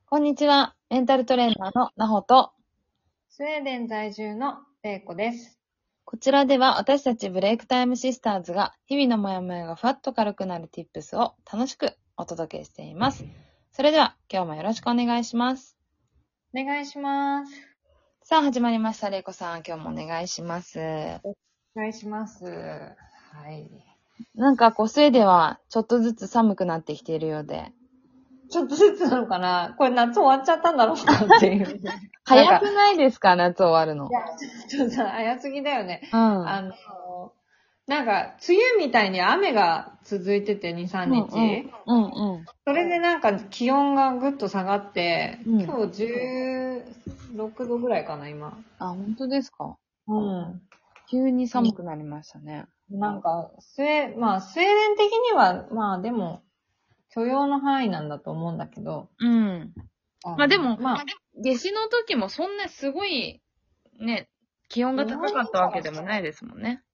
こんにちは。メンタルトレーナーのなほと、 スウェーデン在住のれいこです。 こちらでは私たちブレイクタイムシスターズが日々のモヤモヤがふわっと軽くなる Tips を楽しくお届けしています。それでは今日もよろしくお願いします。 お願いします。 さあ始まりました。れいこさん、今日もお願いします。 お願いします。はい。 なんかスウェーデンはちょっとずつ寒くなってきているようで。 ちょっとずつなのかな、これ夏終わっちゃったんだろうかっていう。 早くないですか、夏終わるの。 いや、ちょっとさ、早すぎだよね。 うん。 なんか、梅雨みたいに雨が続いてて2、3日。 うんうん。 それでなんか気温がぐっと下がって、 うん今日16度ぐらいかな、今。 あ、本当ですか。 うん。 急に寒くなりましたね。 なんか、スウェーデン的には、でも、許容の範囲なんだと思うんだけど。 うん。まあでも、 まあ、 夏至の時もそんなすごい、ね、気温が高かったわけでもないですもんね。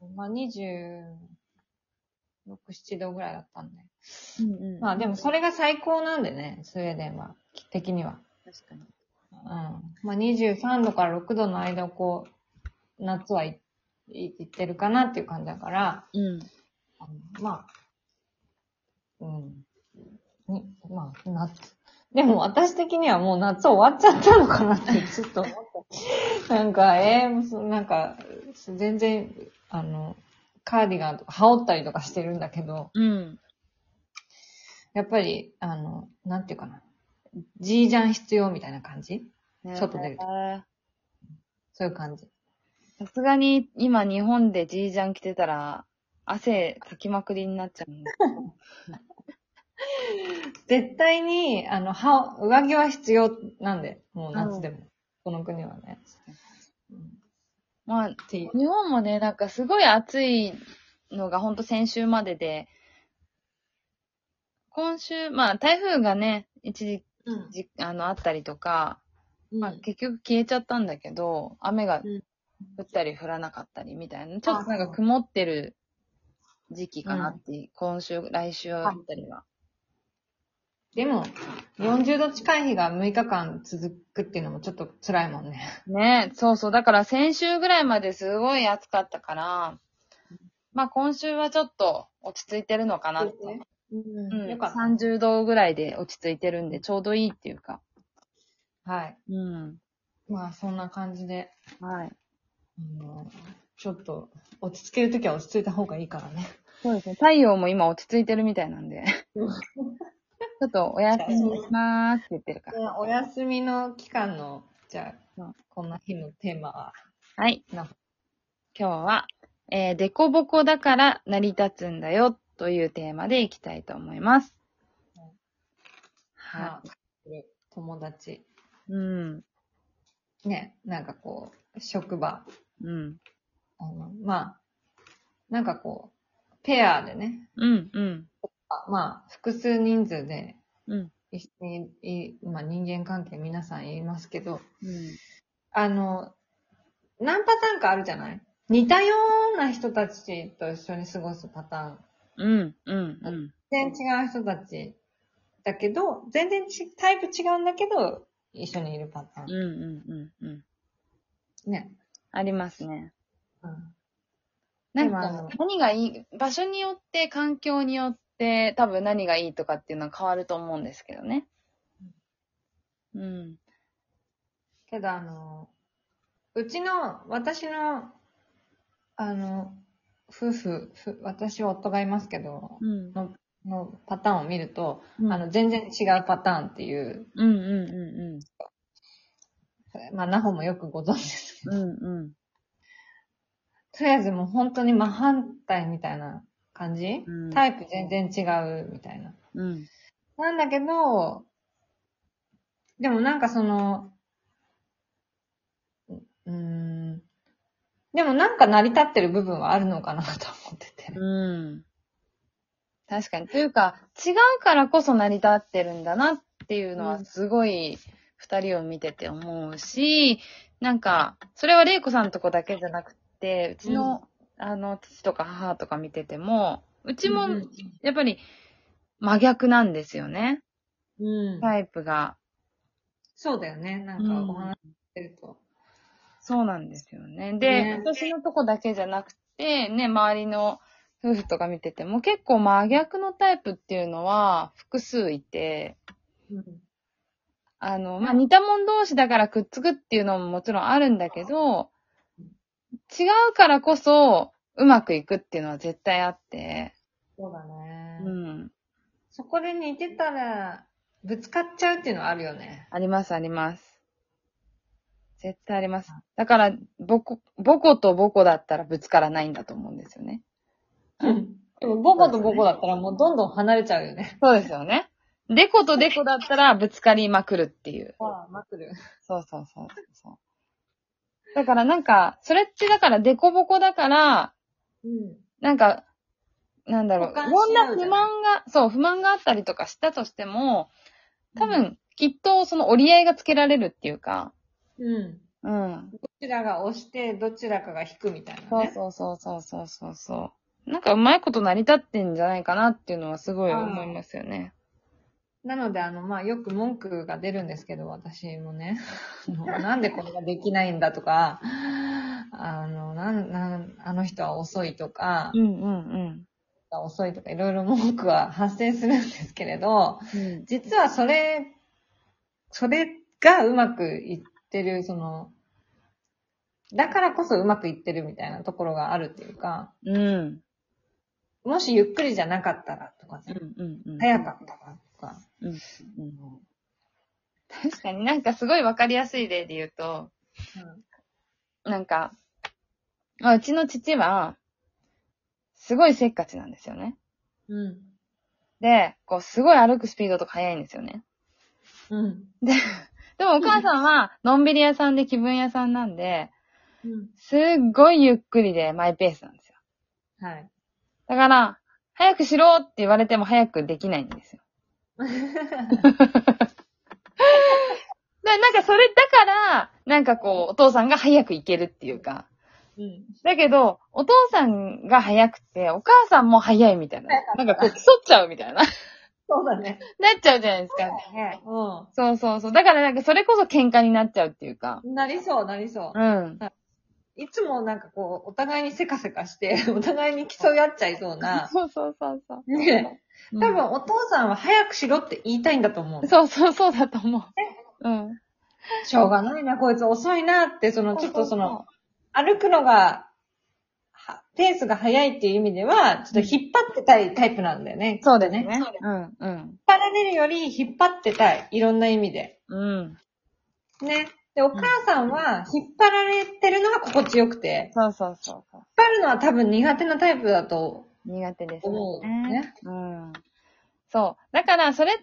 26、7度ぐらいだったんで。 うんうん。 まあでもそれが最高なんでね、スウェーデンは。的には。 確かに。 まあ23度から6度の間を夏は行ってるかなっていう感じだから、 うん。 まあ、夏。でも私的にはもう夏終わっちゃったのかなってちょっと思った。なんか、なんか、全然、カーディガンとか羽織ったりとかしてるんだけど、 うん。 やっぱり、なんていうかな。G ジャン必要みたいな感じ、外出ると。そういう感じ。 さすがに今日本でジージャン着てたら、汗かきまくりになっちゃうんで。 絶対に、上着は必要なんで、もう夏でも。この国はね。 まあ、日本もね、なんかすごい暑いのがほんと先週までで、今週、まあ台風がね、一時、あったりとか、まあ結局消えちゃったんだけど、雨が降ったり降らなかったりみたいな、ちょっとなんか曇ってる時期かなって、今週、来週あたりは。 でも、40度近い日が6日間続くっていうのもちょっと辛いもんね。 ね、そうそう。だから先週ぐらいまですごい暑かったから、まあ今週はちょっと落ち着いてるのかなって。 よかった。 30度ぐらいで落ち着いてるんでちょうどいいっていうか。 はい。 うん。 まあそんな感じで、 はい。 ちょっと落ち着けるときは落ち着いた方がいいからね。 そうですね。太陽も今落ち着いてるみたいなんで。ちょっとお休みしまーすって言ってるから。 お休みの期間の、じゃあ、こんな日のテーマは。 はい。今日は、デコボコだから成り立つんだよというテーマでいきたいと思います。 はい。友達。 うん。 ね、なんか職場。 うん。 なんかペアでね。 うん、うん。 複数人数で、 うん。 一緒に、人間関係皆さん言いますけど、 うん。 何パターンかあるじゃない？似たような人たちと一緒に過ごすパターン。 うん、うん、うん。 全然違う人たちだけど、全然タイプ違うんだけど、一緒にいるパターン。 うん、うん、うん、うん。 ね。 ありますね。 うん。 なんか、何がいい、場所によって、環境によって、多分何がいいとかっていうのは変わると思うんですけどね。うん。 けど私の、私は夫がいますけど、 うん。 のパターンを見ると、 うん、 全然違うパターンっていう、 うん、うん、うん。 ナホもよくご存知ですけど、 うん、うん。 とりあえずもう本当に真反対みたいな感じ、 うん、 タイプ全然違うみたいな。 うん。 なんだけど、でもなんかでもなんか成り立ってる部分はあるのかなと思ってて。 うん。確かに。というか、違うからこそ成り立ってるんだなっていうのはすごい二人を見てて思うし、なんか、それは玲子さんとこだけじゃなくて、うちの、父とか母とか見てても、うちも、やっぱり真逆なんですよね。タイプが。 そうだよね。なんかお話ししてると。 そうなんですよね。で、 ね私のとこだけじゃなくて、ね、周りの夫婦とか見てても結構真逆のタイプっていうのは複数いて、 うん。 似た者同士だからくっつくっていうのももちろんあるんだけど、違うからこそうまくいくっていうのは絶対あって、 そうだね。 うん。 そこで似てたら、ぶつかっちゃうっていうのはあるよね。 ありますあります。絶対あります。だから、母子と母子だったらぶつからないんだと思うんですよね。 でも、ボコとボコだったらもうどんどん離れちゃうよね。 そうですよね。デコとデコだったらぶつかりまくるっていう。 ああ、まくる。 そうそうそうそう。だからなんか、それってだからデコボコだから、 うん。 なんか、なんだろう、い交換ろんなし合うじゃん不満があったりとかしたとしても、多うん分、きっとその折り合いがつけられるっていうか、 うん。 うん。 どちらが押して、どちらかが引くみたいなね。 そうそうそうそうそうそうそう。なんかうまいこと成り立ってんじゃないかなっていうのはすごい思いますよね。 なので、まあ、よく文句が出るんですけど、私もね。なんでこれができないんだとか、あの人は遅いとか、 うんうん遅いとか、いろいろ文句は発生するんですけれど、 うん。うん。 実はそれがうまくいってる、だからこそうまくいってるみたいなところがあるっていうか、 うん。 もしゆっくりじゃなかったらとかね、 うんうんうん。 早かったらとか、 うんうん。確かになんかすごいわかりやすい例で言うと、なんか、うちの父は、すごいせっかちなんですよね。 うん。 で、こう、すごい歩くスピードとか速いんですよね。 うん。 でもお母さんは、のんびり屋さんで気分屋さんなんで、 うん。 すっごいゆっくりでマイペースなんですよ。 はい。 だから、早くしろって言われても早くできないんですよ。なんかそれだから、なんかこう、お父さんが早く行けるっていうか。 うん。 だけど、お父さんが早くて、お母さんも早いみたいな。なんかこう、競っちゃうみたいな。 そうだね。 なっちゃうじゃないですか。 ね。 そうそうそう。だからなんかそれこそ喧嘩になっちゃうっていうか。 うん。なりそう、なりそう。 うん。 いつもなんかこう、お互いにせかせかして、お互いに競い合っちゃいそうな。 そうそうそうそう。 ね。 うん多分お父さんは早くしろって言いたいんだと思う。 そうそうそうだと思う。うん。 しょうがないな、こいつ遅いなって、ちょっとそうそ歩くのが、ペースが速いっていう意味では、ちょっと引っ張ってたいタイプなんだよね。 そうですね。 きっとうんうん。 引っ張られるより引っ張ってたい。いろんな意味で。 うん。 ね。で、お母さんは引っ張られてるのが心地よくて、 そうそうそうそう。 引っ張るのは多分苦手なタイプだと苦手です思うね。 ね。 うん。そう。だから、それって、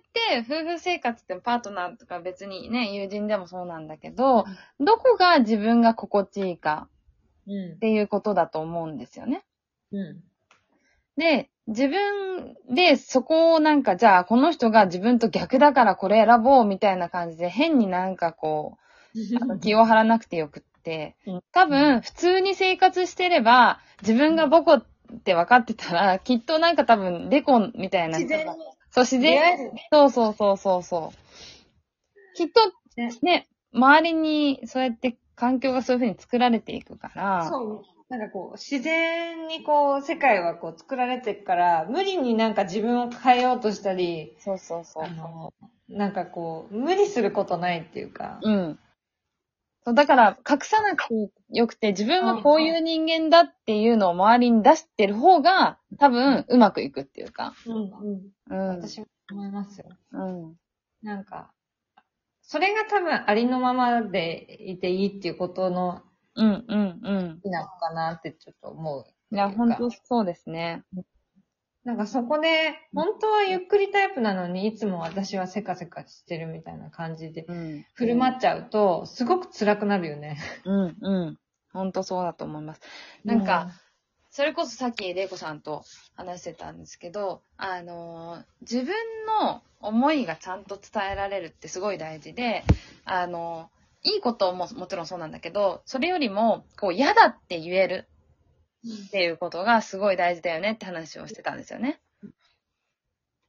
夫婦生活ってパートナーとか別にね、友人でもそうなんだけど、どこが自分が心地いいかうっていうことだと思うんですよね。 ん。うで、自分でそこをなんか、じゃあこの人が自分と逆だからこれ選ぼうみたいな感じで変になんかこう、気を張らなくてよくって、多分普通に生活してれば、自分がボコって分かってたら、きっとなんか多分デコみたいな人が、 自然にそう、自然出会える。 そうそうそうそうそう。きっとね。 ね、周りにそうやって環境がそういう風に作られていくから、 そう。なんかこう、自然にこう、世界はこう作られていくから、無理になんか自分を変えようとしたり、 そうそうそう。 なんかこう、無理することないっていうか。 うん。そう、だから隠さなくてよくて、自分はこういう人間だっていうのを周りに出してる方が、多分うまくいくっていうか。 うん。 うん。 私も思いますよ。 うん。 なんか、それが多分ありのままでいていいっていうことの、 うんうんうん。 なのかなってちょっと思うっていや、 いうか。 本当そうですね。 なんかそこで、本当はゆっくりタイプなのに、いつも私はせかせかしてるみたいな感じで、 うん。 振る舞っちゃうと、すごく辛くなるよね。 うんうん。本当そうだと思います。なんか、それこそさっき玲子さんと話してたんですけど、自分の思いがちゃんと伝えられるってすごい大事で、いいことももちろんそうなんだけど、それよりも、こう、嫌だって言えるっていうことがすごい大事だよねって話をしてたんですよね。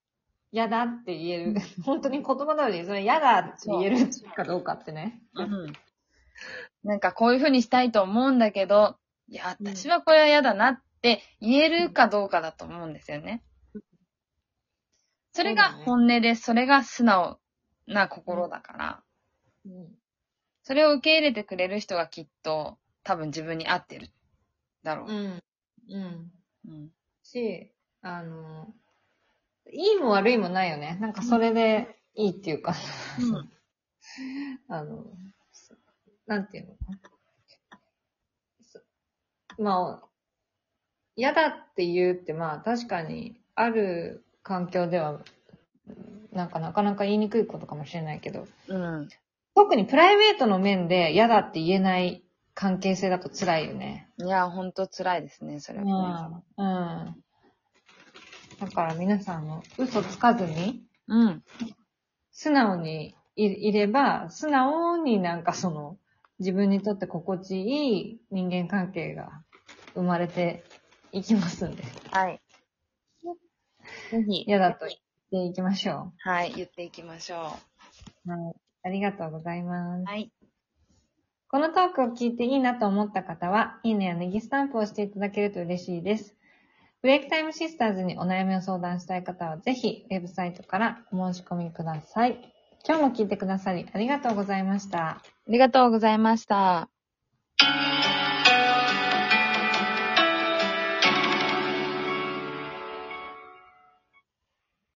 嫌だって言える。本当に言葉通り、それ嫌だって言えるかどうかってね。 うん。なんかこういう風にしたいと思うんだけど、いや、 うん私はこれは嫌だなって言えるかどうかだと思うんですよね。それが本音で、それが素直な心だから、 うんそれを受け入れてくれる人がきっと多分自分に合ってるだろう。 うん。うん。 うん。 し、いいも悪いもないよね。なんかそれでいいっていうか、 うん。 あの、なんていうのまあ、嫌だって言うってまあ確かにある環境では、なんかなかなか言いにくいことかもしれないけど、 うん。 特にプライベートの面で嫌だって言えない関係性だと辛いよね。 いや、ほんと辛いですね、それは。 うん。だから皆さん嘘つかずに、 うん。 素直にいれば、素直になんか自分にとって心地いい人間関係が生まれていきますんで。 はい。ぜひ。 嫌だと言っていきましょはい、言っていきましょう。はい。ありがとうございまう。 す。 はい。 このトークを聞いていいなと思った方は、いいねやネギスタンプをしていただけると嬉しいです。ブレイクタイムシスターズにお悩みを相談したい方は、ぜひ、ウェブサイトからお申し込みください。今日も聞いてくださりありがとうございました。 ありがとうございました。